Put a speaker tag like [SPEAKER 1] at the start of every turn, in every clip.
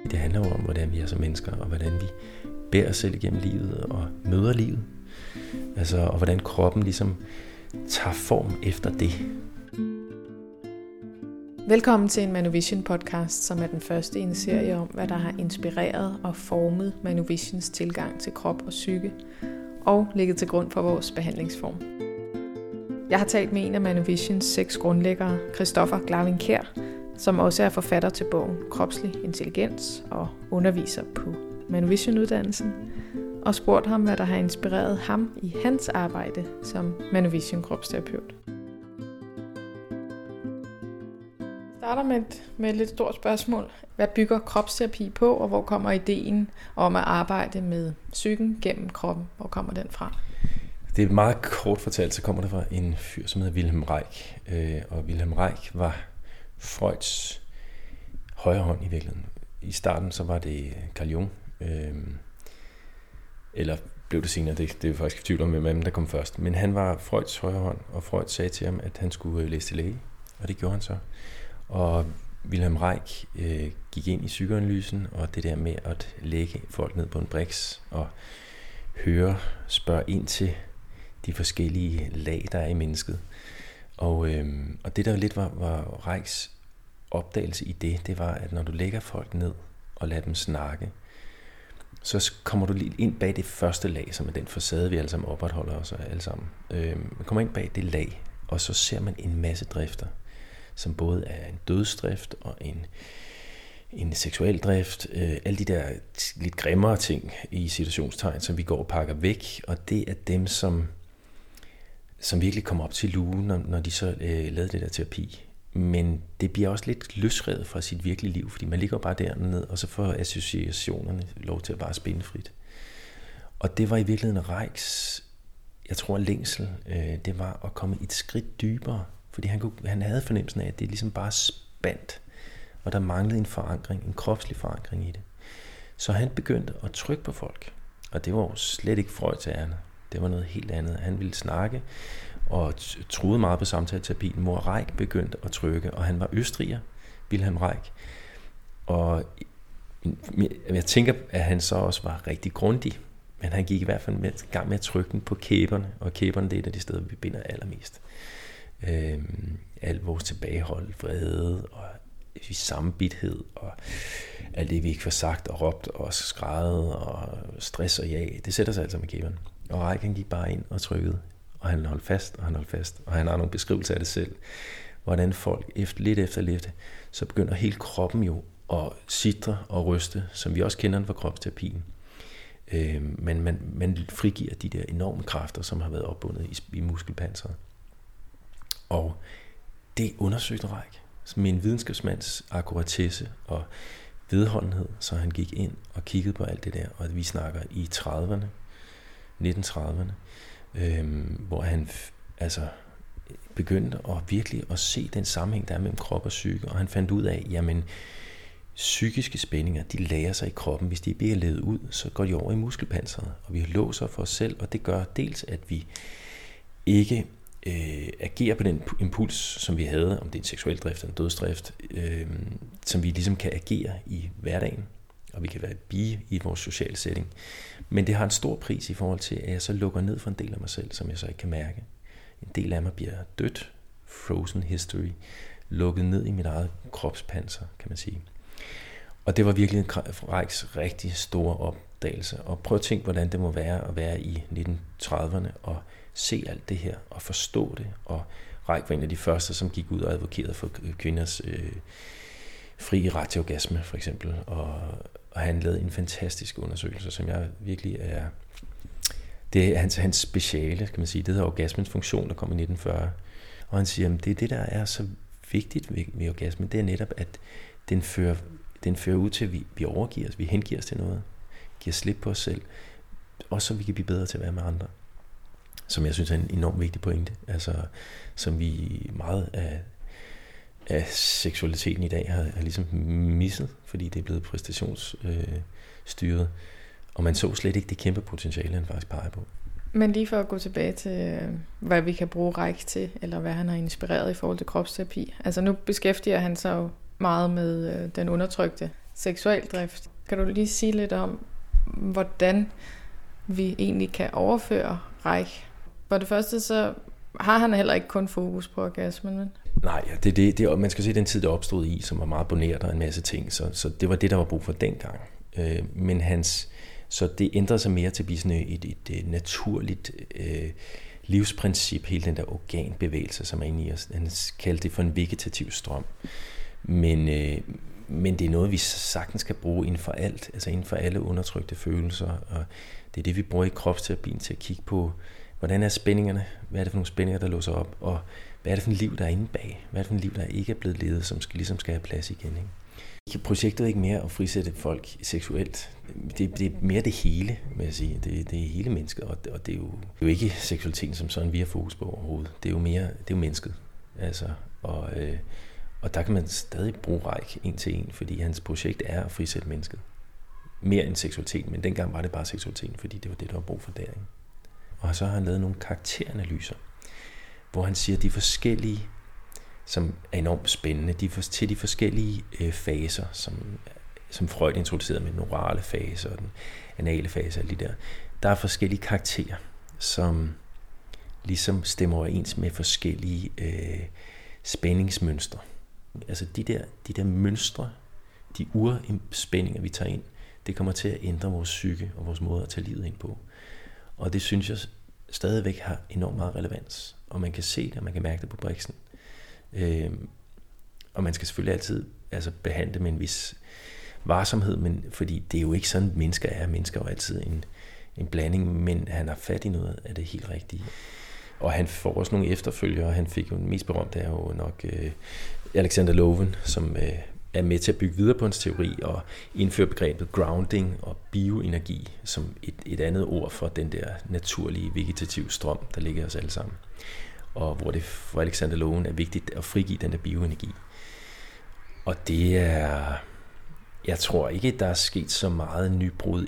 [SPEAKER 1] Det handler jo om, hvordan vi er som mennesker, og hvordan vi bærer os selv igennem livet og møder livet. Altså, og hvordan kroppen ligesom tager form efter det.
[SPEAKER 2] Velkommen til en Manuvision podcast, som er den første i en serie om, hvad der har inspireret og formet Manuvisions tilgang til krop og psyke, og ligget til grund for vores behandlingsform. Jeg har talt med en af Manuvisions 6 grundlæggere, Christoffer Glarvin Kjær, som også er forfatter til bogen Kropslig Intelligens og underviser på Manuvision-uddannelsen, og spurgt ham, hvad der har inspireret ham i hans arbejde som Manuvision-kropsterapeut. Jeg starter med et lidt stort spørgsmål. Hvad bygger kropsterapi på, og hvor kommer ideen om at arbejde med psyken gennem kroppen? Hvor kommer den fra?
[SPEAKER 1] Det er meget kort fortalt, så kommer det fra en fyr, som hedder Wilhelm Reich. Og Wilhelm Reich var Freuds højre hånd i virkeligheden. I starten så var det Carl Jung, eller blev det senere, det er faktisk i tvivl om, hvem der kom først. Men han var Freuds højre hånd, og Freud sagde til ham, at han skulle læse til læge, og det gjorde han så. Og Wilhelm Reich gik ind i psykoanalysen, og det der med at lægge folk ned på en briks og spørge ind til de forskellige lag, der er i mennesket. Og det der lidt var Reichs opdagelse i det var, at når du lægger folk ned og lader dem snakke, så kommer du lige ind bag det første lag, som er den facade, vi alle sammen opretholder os alle sammen. Man kommer ind bag det lag, og så ser man en masse drifter, som både er en dødsdrift og en seksuel drift, alle de der lidt grimmere ting i situationstegn, som vi går og pakker væk, og det er dem, som virkelig kommer op til lugen, når de så lavede det der terapi. Men det bliver også lidt løsrevet fra sit virkelige liv, fordi man ligger bare dernede, og så får associationerne lov til at bare spinde frit. Og det var i virkeligheden Reichs, jeg tror, længsel, det var at komme et skridt dybere, fordi han havde fornemmelsen af, at det ligesom bare spændt, og der manglede en forankring, en kropslig forankring i det. Så han begyndte at trykke på folk, og det var jo slet ikke Freuds ærne. Det var noget helt andet. Han ville snakke og troede meget på samtaleterapien. Mor Reich begyndte at trykke, og han var østriger, Wilhelm Reich. Og jeg tænker, at han så også var rigtig grundig, men han gik i hvert fald i gang med at trykke den på kæberne, og kæberne, det er et af de steder, vi binder allermest. Al vores tilbagehold, vrede og sammenbithed og alt det, vi ikke får sagt og råbt og skrædet og stress og jag, det sætter sig altså med kæberne. Og Reich, han gik bare ind og trykkede, og han holdt fast, og han har nogle beskrivelser af det selv, hvordan folk lidt efter, så begynder hele kroppen jo at sidre og ryste, som vi også kender den fra kropsterapien. Men man frigiver de der enorme kræfter, som har været opbundet i muskelpanseret. Og det undersøgte Reich med en videnskabsmands akkuratesse og vedholdenhed, så han gik ind og kiggede på alt det der, og vi snakker i 1930'erne, hvor han begyndte at virkelig at se den sammenhæng, der er mellem krop og psyke, og han fandt ud af, jamen, psykiske spændinger, de lagrer sig i kroppen. Hvis de bliver levet ud, så går de over i muskelpanseret, og vi låser for os selv, og det gør dels, at vi ikke agerer på den impuls, som vi havde, om det er en seksuel drift eller en dødsdrift, som vi ligesom kan agere i hverdagen, og vi kan blive i vores sociale setting. Men det har en stor pris i forhold til, at jeg så lukker ned for en del af mig selv, som jeg så ikke kan mærke. En del af mig bliver dødt, frozen history, lukket ned i mit eget kropspanser, kan man sige. Og det var virkelig Reichs rigtig store opdagelse. Og prøv at tænke, hvordan det må være at være i 1930'erne og se alt det her og forstå det. Og Reich var en af de første, som gik ud og advokerede for kvinders fri ret til orgasme, for eksempel. Og han lavede en fantastisk undersøgelse, som jeg virkelig er... Det er hans speciale, kan man sige. Det hedder orgasmens funktion, der kom i 1940. Og han siger, at det der er så vigtigt ved orgasmen, det er netop, at den fører ud til, at vi overgiver os, vi hengiver os til noget, giver slip på os selv, også så vi kan blive bedre til at være med andre. Som jeg synes er en enormt vigtig pointe, altså som vi meget af seksualiteten i dag har ligesom misset, fordi det er blevet præstationsstyret, og man så slet ikke det kæmpe potentiale, han faktisk peger på.
[SPEAKER 2] Men lige for at gå tilbage til, hvad vi kan bruge Reich til, eller hvad han har inspireret i forhold til kropsterapi. Altså nu beskæftiger han sig jo meget med den undertrykte seksualdrift. Kan du lige sige lidt om, hvordan vi egentlig kan overføre Reich? For det første, så har han heller ikke kun fokus på orgasmen, men...
[SPEAKER 1] Nej, det, man skal se den tid, der opstod i, som var meget boneret og en masse ting, så det var det, der var brug for dengang. Men så det ændrede sig mere til at blive sådan et naturligt livsprincip, hele den der organbevægelse, som er inde i os. Han kaldte det for en vegetativ strøm. Men det er noget, vi sagtens skal bruge inden for alt, altså inden for alle undertrykte følelser, og det er det, vi bruger i kropsterapien til at kigge på, hvordan er spændingerne, hvad er det for nogle spændinger, der låser op, og hvad er det for et liv, der er inde bag, hvad er det for et liv, der ikke er blevet levet, som ligesom skal have plads igen, ikke? Projektet er ikke mere at frisætte folk seksuelt. Det er mere det hele, vil jeg sige. Det er hele mennesket, og det er jo ikke seksualiteten som sådan, vi har fokus på overhovedet. Det er jo mennesket. Altså, og der kan man stadig bruge Reich en til en, fordi hans projekt er at frisætte mennesket. Mere end seksualiteten, men dengang var det bare seksualiteten, fordi det var det, der var brug for der. Ikke? Og så har han lavet nogle karakteranalyser, hvor han siger, at de forskellige, som er enormt spændende, til de forskellige faser, som Freud introducerede med den orale fase og den anale fase, og der er forskellige karakterer, som ligesom stemmer overens med forskellige spændingsmønstre. Altså de der mønstre, de urspændinger, vi tager ind, det kommer til at ændre vores psyke og vores måde at tage livet ind på. Og det synes jeg stadigvæk har enormt meget relevans. Og man kan se det, og man kan mærke det på Brixen. Og man skal selvfølgelig altid behandle med en vis varsomhed, men fordi det er jo ikke sådan, mennesker er. Mennesker er jo altid en blanding, men han har fat i noget af det helt rigtige. Og han får også nogle efterfølgere. Han fik jo den mest berømte er jo nok Alexander Loven, som er med til at bygge videre på hans teori og indføre begrebet grounding og bioenergi som et andet ord for den der naturlige vegetative strøm, der ligger os alle sammen. Og hvor det for Alexander Loven er vigtigt at frigive den der bioenergi. Og det er... Jeg tror ikke, der er sket så meget nybrud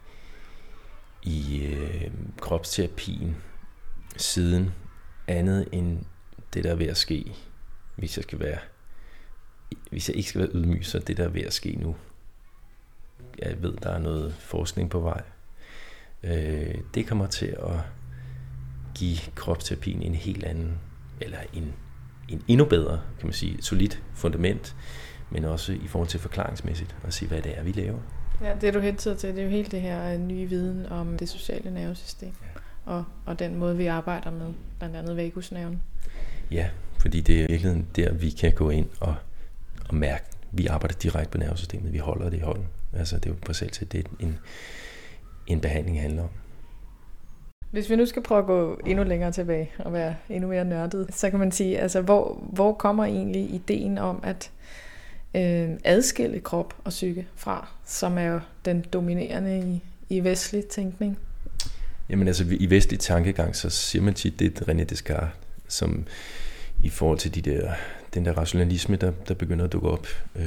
[SPEAKER 1] i kropsterapien siden andet end det, der er ved at ske, hvis jeg ikke skal være ydmyg, så det, der er ved at ske nu. Jeg ved, der er noget forskning på vej. Det kommer til at give kropsterapien en helt anden, eller en endnu bedre, kan man sige, solidt fundament, men også i forhold til forklaringsmæssigt, at se, hvad det er, vi laver.
[SPEAKER 2] Ja, det du hentyder til, det er jo helt det her nye viden om det sociale nervesystem, og den måde, vi arbejder med, blandt andet vagusnerven.
[SPEAKER 1] Ja, fordi det er i virkeligheden der, vi kan gå ind og mærke, vi arbejder direkte på nervesystemet, vi holder det i hånden. Altså, det er jo på selv til det, en behandling handler om.
[SPEAKER 2] Hvis vi nu skal prøve at gå endnu længere tilbage og være endnu mere nørdet, så kan man sige, altså, hvor kommer egentlig ideen om at adskille krop og psyke fra, som er jo den dominerende i vestlig tænkning?
[SPEAKER 1] Jamen altså, i vestlig tankegang, så siger man tit, det er René Descartes, som i forhold til den der rationalisme, der begynder at dukke op,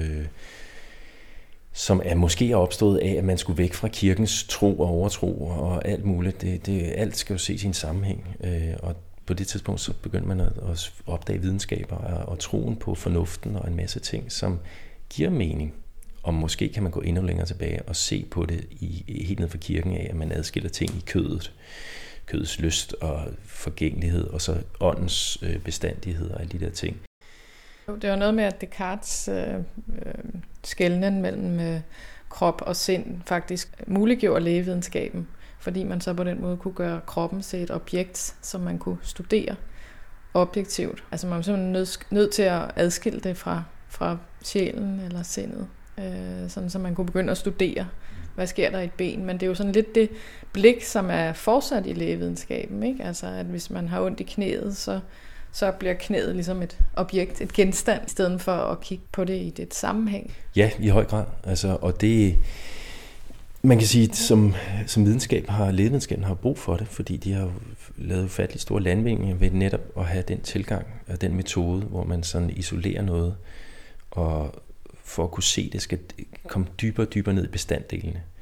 [SPEAKER 1] som måske er opstået af, at man skulle væk fra kirkens tro og overtro og alt muligt. Alt skal jo ses i en sammenhæng, og på det tidspunkt så begyndte man at opdage videnskaber og troen på fornuften og en masse ting, som giver mening. Og måske kan man gå endnu længere tilbage og se på det helt ned fra kirken af, at man adskiller ting i kødets lyst og forgængelighed, og så åndens bestandighed og alle de der ting.
[SPEAKER 2] Det var noget med, at Descartes skelnen mellem krop og sind faktisk muliggjorde lægevidenskaben, fordi man så på den måde kunne gøre kroppen til et objekt, som man kunne studere objektivt. Altså man var simpelthen nødt til at adskille det fra sjælen eller sindet, sådan så man kunne begynde at studere, hvad sker der i et ben. Men det er jo sådan lidt det blik, som er fortsat i lægevidenskaben, ikke? Altså at hvis man har ondt i knæet, så bliver knæet ligesom et objekt, et genstand, i stedet for at kigge på det i det sammenhæng. Ja, i høj grad. Altså, og det, man kan sige, som lægevidenskaben har brug for det, fordi de har lavet ufattelig store landvindinger ved netop at have den tilgang og den metode, hvor man sådan isolerer noget, og for at kunne se det, skal komme dybere og dybere ned i bestanddelene.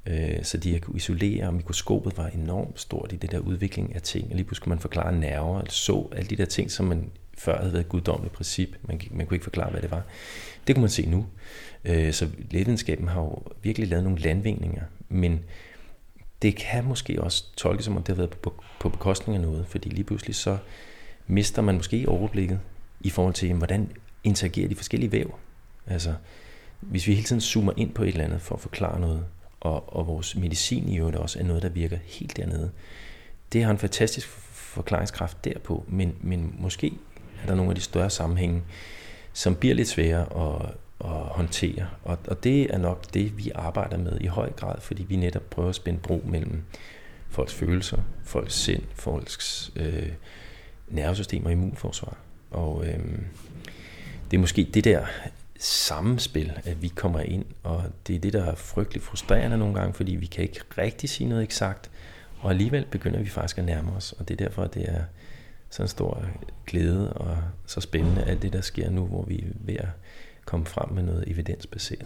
[SPEAKER 1] så de kunne isolere, og mikroskopet var enormt stort i det der udvikling af ting, og lige pludselig kunne man forklare nerver, eller så alle de der ting, som man før havde været et guddommeligt princip, man kunne ikke forklare, hvad det var. Det kunne man se nu. Så lægevidenskaben har jo virkelig lavet nogle landvindinger, men det kan måske også tolkes som, om det har været på bekostning af noget, fordi lige pludselig så mister man måske overblikket i forhold til, hvordan interagerer de forskellige væv. Altså, hvis vi hele tiden zoomer ind på et eller andet for at forklare noget, og vores medicin i øvrigt også er noget, der virker helt dernede, det har en fantastisk forklaringskraft derpå, men måske er der nogle af de større sammenhænge, som bliver lidt svære at håndtere. Og det er nok det, vi arbejder med i høj grad, fordi vi netop prøver at spænde bro mellem folks følelser, folks sind, folks nervesystem og immunforsvar. Og det er måske det der sammenspil, at vi kommer ind, og det er det, der er frygteligt frustrerende nogle gange, fordi vi kan ikke rigtig sige noget eksakt, og alligevel begynder vi faktisk at nærme os, og det er derfor, at det er sådan en stor glæde og så spændende, alt det, der sker nu, hvor vi er ved at komme frem med noget evidensbaseret.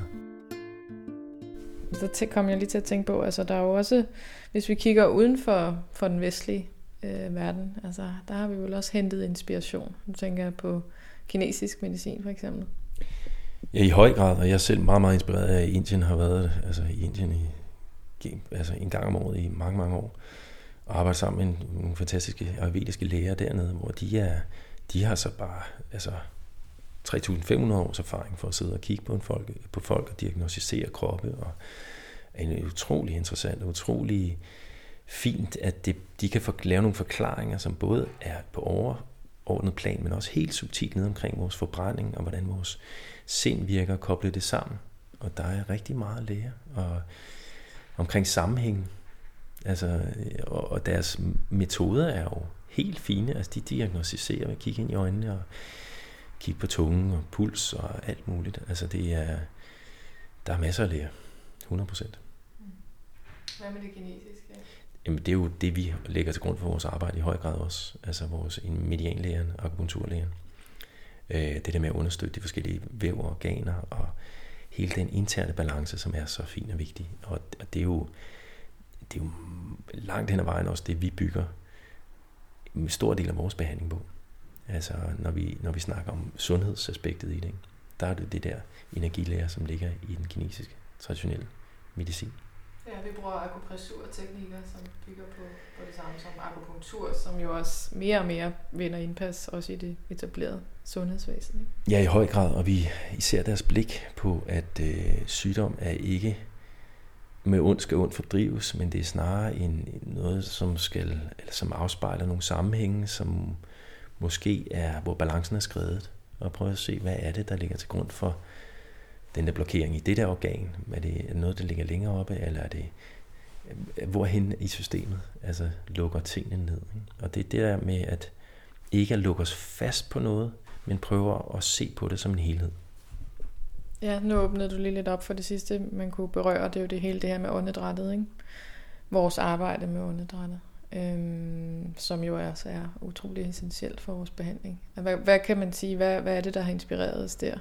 [SPEAKER 2] Så kom jeg lige til at tænke på, altså der er jo også, hvis vi kigger uden for den vestlige verden, altså der har vi vel også hentet inspiration. Nu tænker jeg på kinesisk medicin for eksempel.
[SPEAKER 1] Ja, i høj grad, og jeg er selv meget, meget inspireret af Indien, har været i Indien en gang om året i mange, mange år, og arbejdet sammen med nogle fantastiske ayurvediske læger dernede, hvor de har så bare 3.500 års erfaring for at sidde og kigge på folk og diagnostisere kroppe, og er en utrolig interessant og utrolig fint, at de kan lave nogle forklaringer, som både er på overordnet plan, men også helt subtilt ned omkring vores forbrænding, og hvordan vores sind virker og koble det sammen. Og der er rigtig meget at lære, og omkring sammenhængen. Altså, og deres metoder er jo helt fine. Altså, de diagnostiserer ved at kigge ind i øjnene og kigge på tungen og puls og alt muligt. Altså, der er masser at lære. 100%.
[SPEAKER 2] Hvad med det kinesiske?
[SPEAKER 1] Jamen, det er jo det, vi lægger til grund for vores arbejde i høj grad også. Altså vores medianlægerne, akupunkturlægerne. Det der med at understøtte de forskellige væv og organer og hele den interne balance, som er så fin og vigtig. Og det er jo langt hen ad vejen også det, vi bygger en stor del af vores behandling på. Altså når vi snakker om sundhedsaspektet i det, ikke? Der er det der energilære, som ligger i den kinesiske traditionelle medicin.
[SPEAKER 2] Ja, vi bruger akupressurteknikker, som bygger på det samme som akupunktur, som jo også mere og mere vinder indpas, også i det etablerede sundhedsvæsen. Ikke?
[SPEAKER 1] Ja, i høj grad, og vi især deres blik på, at sygdom er ikke med ondt skal ondt fordrives, men det er snarere noget, som afspejler nogle sammenhænge, som måske er, hvor balancen er skredet, og prøve at se, hvad er det, der ligger til grund for den der blokering i det der organ. Er det noget, der ligger længere oppe, eller er det hvorhen i systemet, altså lukker tingene ned. Ikke? Og det er det der med at ikke at lukke os fast på noget, men prøver at se på det som en helhed.
[SPEAKER 2] Ja, nu åbnede du lige lidt op for det sidste, man kunne berøre, det er jo det hele det her med åndedrættet, ikke? Vores arbejde med åndedrættet, som jo altså er utrolig essentielt for vores behandling. Hvad kan man sige, hvad er det, der har inspireret os der?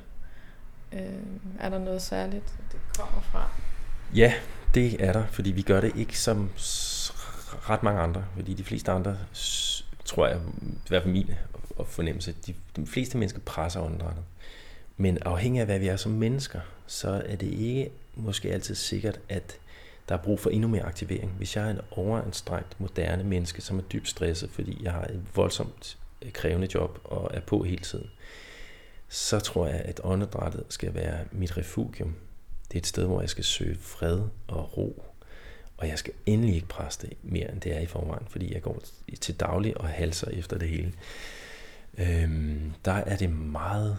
[SPEAKER 2] Er der noget særligt, det kommer fra?
[SPEAKER 1] Ja, det er der, fordi vi gør det ikke som ret mange andre, fordi de fleste andre, tror jeg, i hvert fald min fornemmelse, de fleste mennesker presser åndedrættet. Men afhængig af hvad vi er som mennesker, så er det ikke måske altid sikkert, at der er brug for endnu mere aktivering. Hvis jeg er en overanstrengt moderne menneske, som er dybt stresset, fordi jeg har et voldsomt krævende job og er på hele tiden, så tror jeg, at åndedrættet skal være mit refugium. Det er et sted, hvor jeg skal søge fred og ro, og jeg skal endelig ikke presse det mere, end det er i forvejen, fordi jeg går til daglig og halser efter det hele. Der er det meget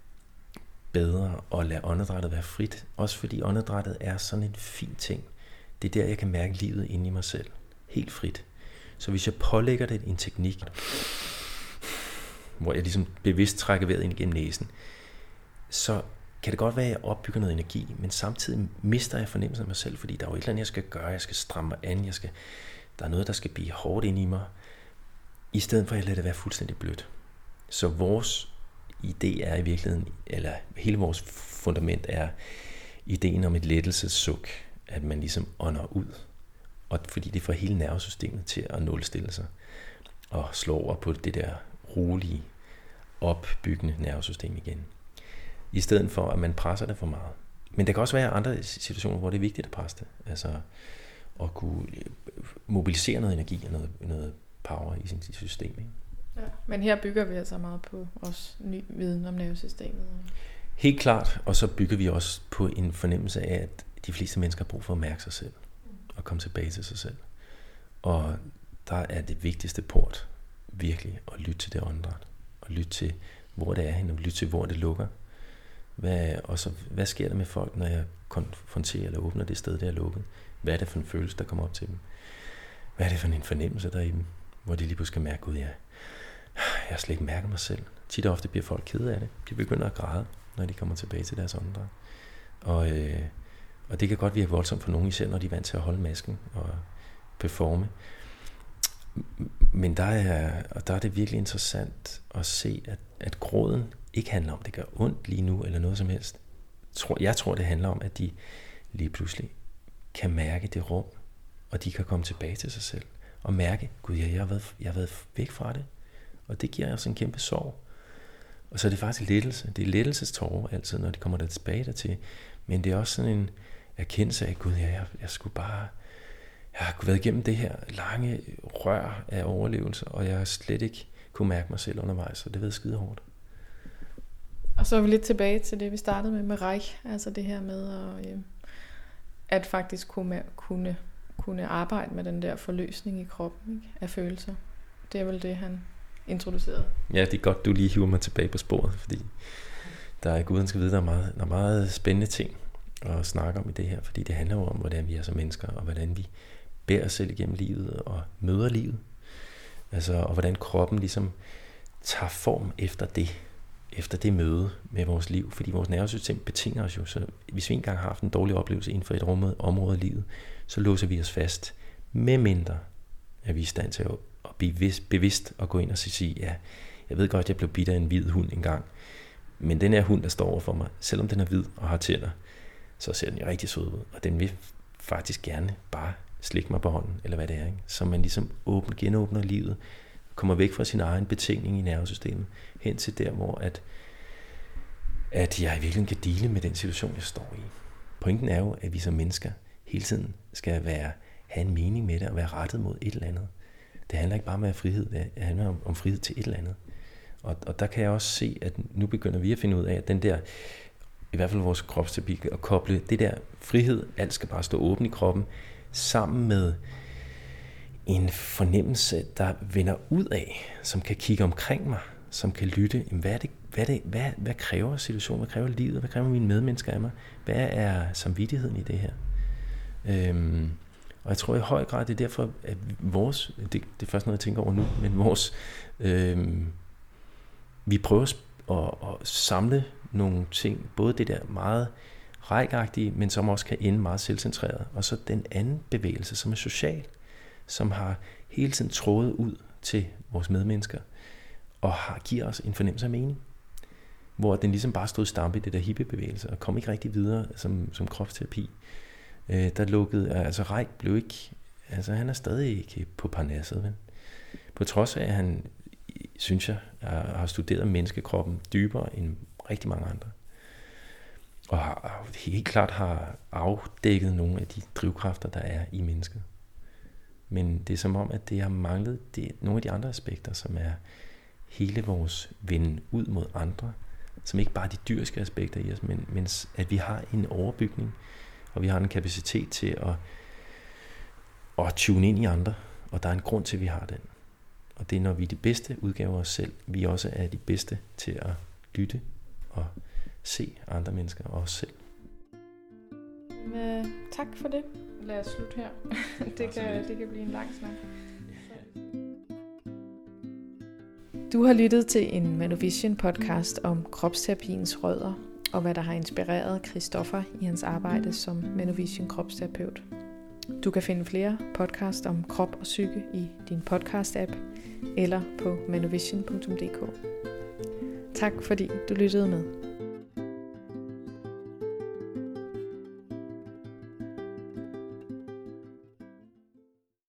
[SPEAKER 1] bedre at lade åndedrættet være frit, også fordi åndedrættet er sådan en fin ting. Det er der, jeg kan mærke livet inde i mig selv. Helt frit. Så hvis jeg pålægger det en teknik, hvor jeg ligesom bevidst trækker vejret ind gennem næsen, så kan det godt være, at jeg opbygger noget energi, men samtidig mister jeg fornemmelsen af mig selv, fordi der er jo et eller andet, jeg skal gøre, jeg skal stramme mig an, der er noget, der skal blive hårdt inde i mig, i stedet for at jeg lader det være fuldstændig blødt. Så vores idé er i virkeligheden, eller hele vores fundament er ideen om et lettelsessuk. at man ligesom ånder ud. Og fordi det får hele nervesystemet til at nulstille sig og slå over på det der rolige, opbyggende nervesystem igen. I stedet for, at man presser det for meget. Men der kan også være andre situationer, hvor det er vigtigt at presse det. Altså at kunne mobilisere noget energi og noget power i sit system. Ikke?
[SPEAKER 2] Ja, men her bygger vi altså meget på også ny viden om nervesystemet.
[SPEAKER 1] Helt klart, og så bygger vi også på en fornemmelse af, at de fleste mennesker har brug for at mærke sig selv og komme tilbage til sig selv. Og der er det vigtigste port virkelig at lytte til det åndedræt, og lytte til, hvor det er henne, og lytte til, hvor det lukker. Hvad sker der med folk, når jeg konfronterer eller åbner det sted, der er lukket? Hvad er det for en følelse, der kommer op til dem? Hvad er det for en fornemmelse, der er i dem? Hvor de lige pludselig skal mærke, jeg har slet ikke mærket mig selv. Tit og ofte bliver folk kede af det. De begynder at græde, når de kommer tilbage til deres åndedræt. Og det kan godt virke voldsomt for nogen, især når de er vant til at holde masken og performe. Men der er det virkelig interessant at se, at gråden ikke handler om, at det gør ondt lige nu, eller noget som helst. Jeg tror, det handler om, at de lige pludselig kan mærke det rum, og de kan komme tilbage til sig selv, og mærke, gud, jeg har været væk fra det, og det giver også en kæmpe sorg. Og så er det faktisk lettelse. Det er lettelsestårer altid, når de kommer der tilbage dertil. Men det er også sådan en erkendelse af, gud, jeg har været igennem det her lange rør af overlevelse, og jeg har slet ikke kunne mærke mig selv undervejs, og det har været skide hårdt.
[SPEAKER 2] Og så er vi lidt tilbage til det, vi startede med Reich, altså det her med at faktisk kunne arbejde med den der forløsning i kroppen, ikke? Af følelser. Det er vel det, han introducerede. Ja,
[SPEAKER 1] det er godt, du lige hiver mig tilbage på sporet, fordi der er Gud, han skal vide, der er meget spændende ting at snakke om i det her, fordi det handler jo om, hvordan vi er som mennesker, og hvordan vi bærer os selv igennem livet og møder livet. Altså, og hvordan kroppen ligesom tager form efter det møde med vores liv, fordi vores nervesystem betinger os jo, så hvis vi engang har haft en dårlig oplevelse inden for et område af livet, så låser vi os fast, med mindre at vi er i stand til at blive bevidst og gå ind og sige, ja, jeg ved godt, jeg blev bidt af en hvid hund engang, men den her hund, der står over for mig, selvom den er hvid og har tænder, så ser den jo rigtig sød ud, og den vil faktisk gerne bare slikke mig på hånden, eller hvad det er, ikke? Så man ligesom genåbner livet, kommer væk fra sin egen betingning i nervesystemet, hen til der, hvor at jeg virkelig kan dele med den situation, jeg står i. Pointen er jo, at vi som mennesker hele tiden skal have en mening med det, og være rettet mod et eller andet. Det handler ikke bare om at være frihed, det handler om frihed til et eller andet. Og der kan jeg også se, at nu begynder vi at finde ud af, at den der, i hvert fald vores kropsterapi, at koble det der frihed, alt skal bare stå åben i kroppen, sammen med en fornemmelse, der vender ud af, som kan kigge omkring mig, som kan lytte, hvad kræver situationen, hvad kræver livet, hvad kræver mine medmennesker af mig, hvad er samvittigheden i det her? Og jeg tror i høj grad, det er derfor, at det er først noget, jeg tænker over nu, men vi prøver at samle nogle ting, både det der meget rækkeagtige, men som også kan ende meget selvcentreret, og så den anden bevægelse, som er social, som har hele tiden trådet ud til vores medmennesker, og giver os en fornemmelse af mening, hvor den ligesom bare stod stampe i det der hippiebevægelse, og kom ikke rigtig videre som kropsterapi. Der lukkede, altså Reich blev ikke, altså han er stadig ikke på parnasset, vel? På trods af, at han, synes jeg, har studeret menneskekroppen dybere end rigtig mange andre. Og helt klart har afdækket nogle af de drivkræfter, der er i mennesket. Men det er som om, at det har manglet nogle af de andre aspekter, som er hele vores vende ud mod andre, som ikke bare er de dyriske aspekter i os, men at vi har en overbygning, og vi har en kapacitet til at tune ind i andre, og der er en grund til, at vi har den. Og det er, når vi er de bedste udgaver af os selv, vi også er de bedste til at lytte og se andre mennesker og os selv.
[SPEAKER 2] Tak for det. Lad os slutte her. det kan blive en lang snak. Du har lyttet til en Manovision podcast om kropsterapiens rødder, og hvad der har inspireret Christoffer i hans arbejde som Manovision kropsterapeut. Du kan finde flere podcast om krop og psyke i din podcast-app eller på manovision.dk. Tak fordi du lyttede med.